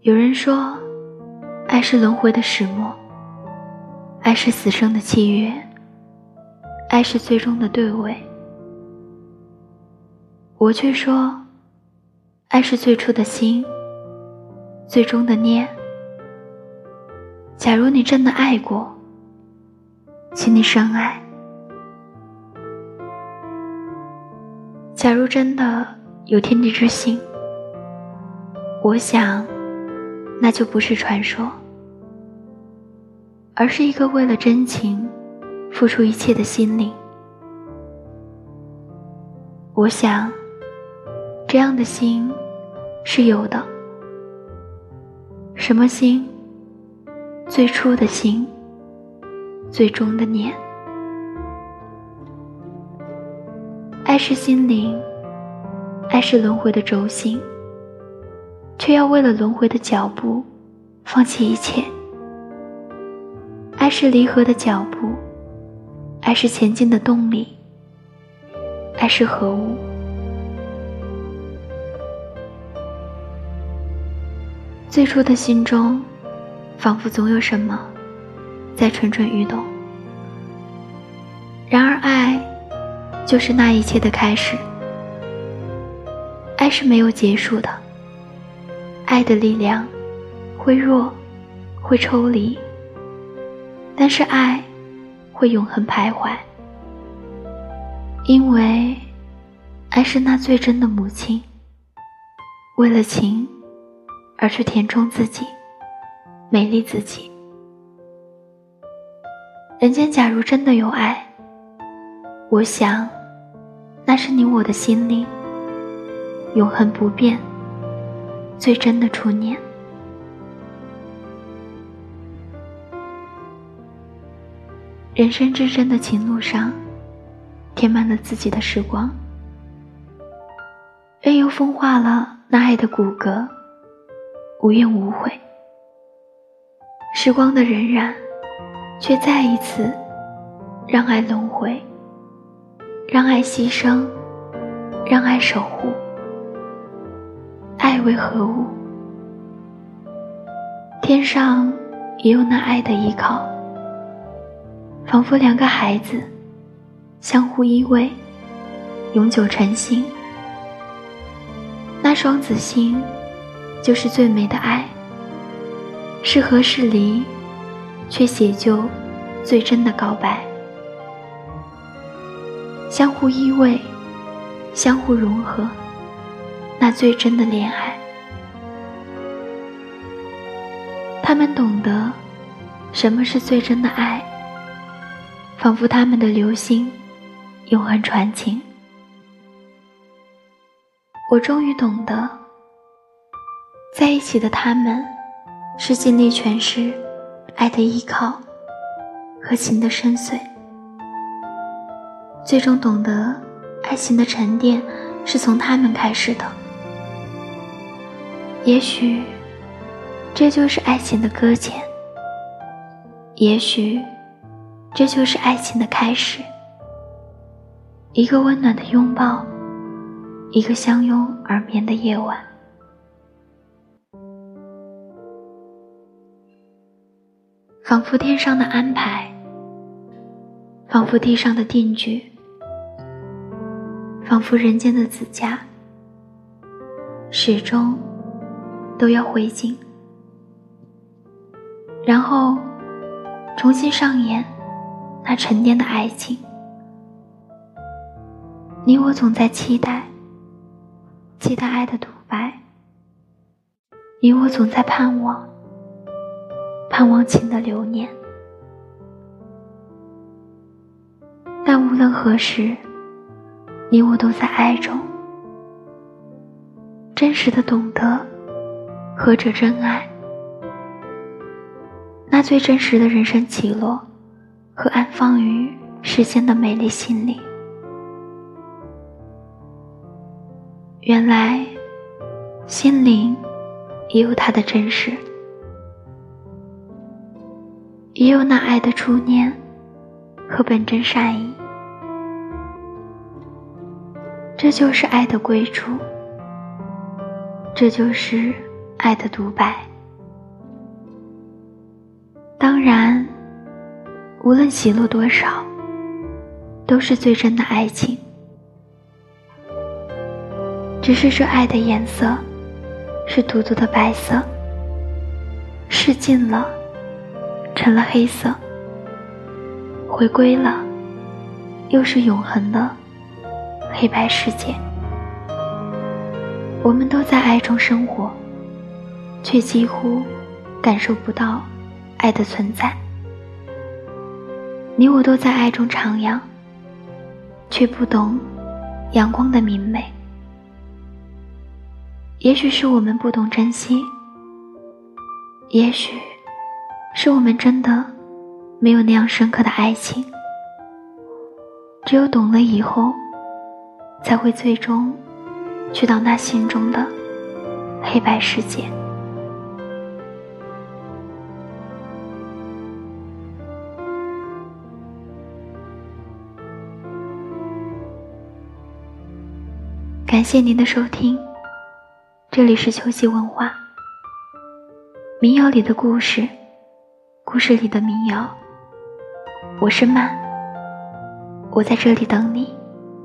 有人说，爱是轮回的始末，爱是死生的契约，爱是最终的对位。我却说，爱是最初的心，最终的念。假如你真的爱过，请你深爱。假如真的有天地之心，我想那就不是传说，而是一个为了真情付出一切的心灵。我想这样的心是有的。什么心？最初的心，最终的念。爱是心灵，爱是轮回的轴心，却要为了轮回的脚步放弃一切。爱是离合的脚步，爱是前进的动力，爱是合物。最初的心中，仿佛总有什么在蠢蠢欲动。然而爱就是那一切的开始。爱是没有结束的，爱的力量会弱，会抽离，但是爱会永恒徘徊。因为爱是那最真的母亲，为了情而去填充自己，美丽自己。人间假如真的有爱，我想那是你我的心灵永恒不变最真的初念。人生至真的情路上，填满了自己的时光，任由风化了那爱的骨骼，无怨无悔。时光的荏苒，却再一次让爱轮回，让爱牺牲，让爱守护。爱为何物？天上也有那爱的依靠，仿佛两个孩子相互依偎，永久成心。那双子星就是最美的爱，是合是离，却写就最真的告白。相互依偎，相互融合，那最真的恋爱。他们懂得什么是最真的爱，仿佛他们的流星永恒传情。我终于懂得，在一起的他们是尽力诠释爱的依靠和情的深邃，最终懂得爱情的沉淀是从他们开始的。也许这就是爱情的搁浅，也许这就是爱情的开始。一个温暖的拥抱，一个相拥而眠的夜晚。仿佛天上的安排，仿佛地上的定局，仿佛人间的子家，始终都要回尽，然后重新上演那沉淀的爱情。你我总在期待爱的独白，你我总在盼望情的流年。但无论何时，你我都在爱中，真实的懂得何者真爱，那最真实的人生起落和安放于世间的美丽心里。原来心灵也有它的真实，也有那爱的初念和本真善意。这就是爱的归处，这就是爱的独白。 当然，无论喜怒多少，都是最真的爱情。只是这爱的颜色是独独的白色，逝尽了，成了黑色，回归了，又是永恒的黑白世界。我们都在爱中生活，却几乎感受不到爱的存在。你我都在爱中徜徉，却不懂阳光的明媚。也许是我们不懂珍惜，也许是我们真的没有那样深刻的爱情。只有懂了以后，才会最终去到那心中的黑白世界。感谢您的收听，这里是秋夕文化，民谣里的故事，故事里的民谣。我是曼，我在这里等你。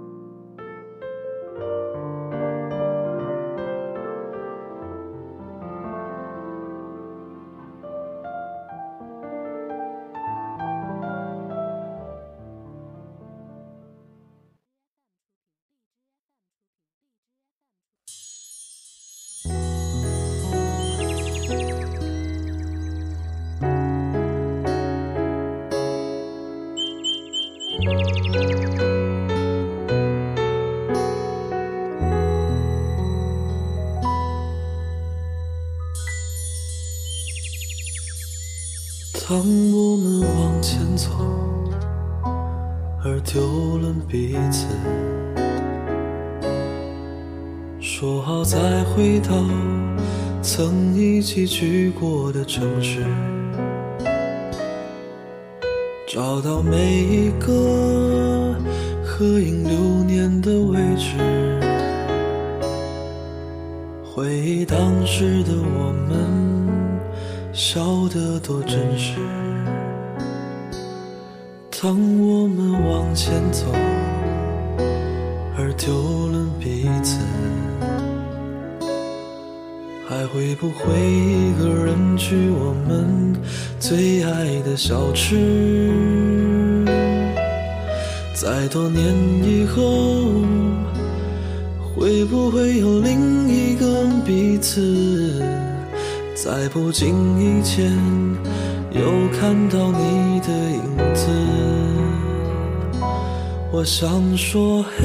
当我们往前走，而丢了彼此，说好再回到曾一起去过的城市，找到每一个合影留念的位置，回忆当时的我们笑得多真实。当我们往前走，而丢了彼此，还会不会一个人去我们最爱的小吃？在多年以后，会不会有另一个彼此？在不经意间又看到你的影子，我想说嘿，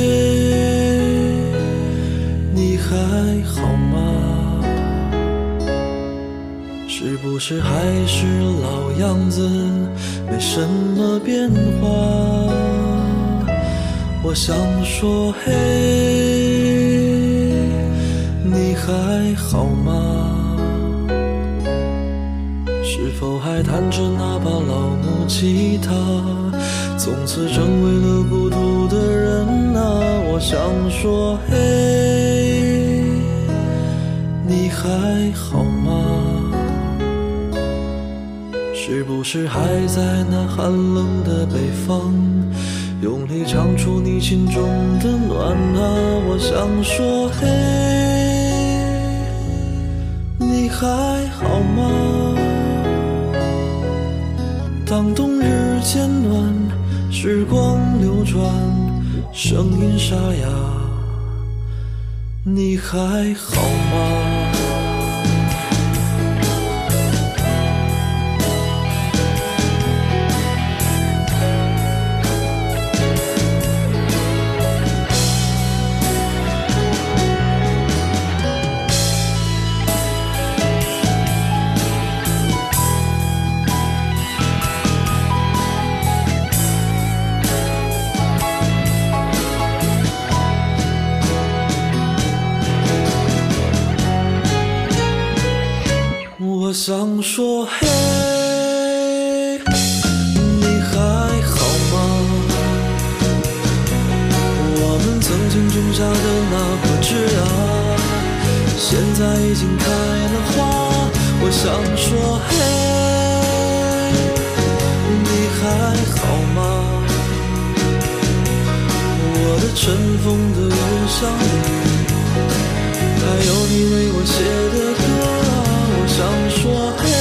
你还好吗？是不是还是老样子，没什么变化？我想说嘿，你还好吗？是否还弹着那把老木吉他，从此成为了孤独的人啊？我想说嘿，你还好吗？是不是还在那寒冷的北方，用力唱出你心中的暖啊？我想说嘿，你还好吗？当冬日渐暖，时光流转，声音沙哑，你还好吗？我想说嘿，你还好吗？我们曾经种下的那颗枝啊，现在已经开了花。我想说嘿， 好吗？我的尘封的邮箱里，还有你为我写的歌，我想说嘿，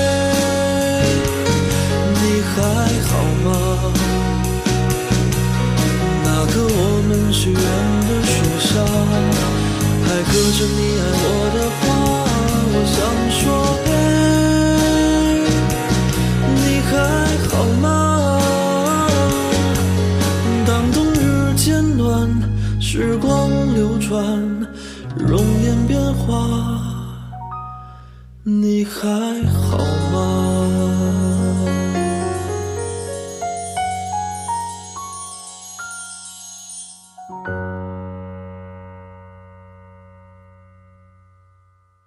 你还好吗？那棵我们许愿的树下，还刻着你爱我的话，我想说嘿，你还好吗？当冬日渐暖，时光流转，容颜变化，你还好吗？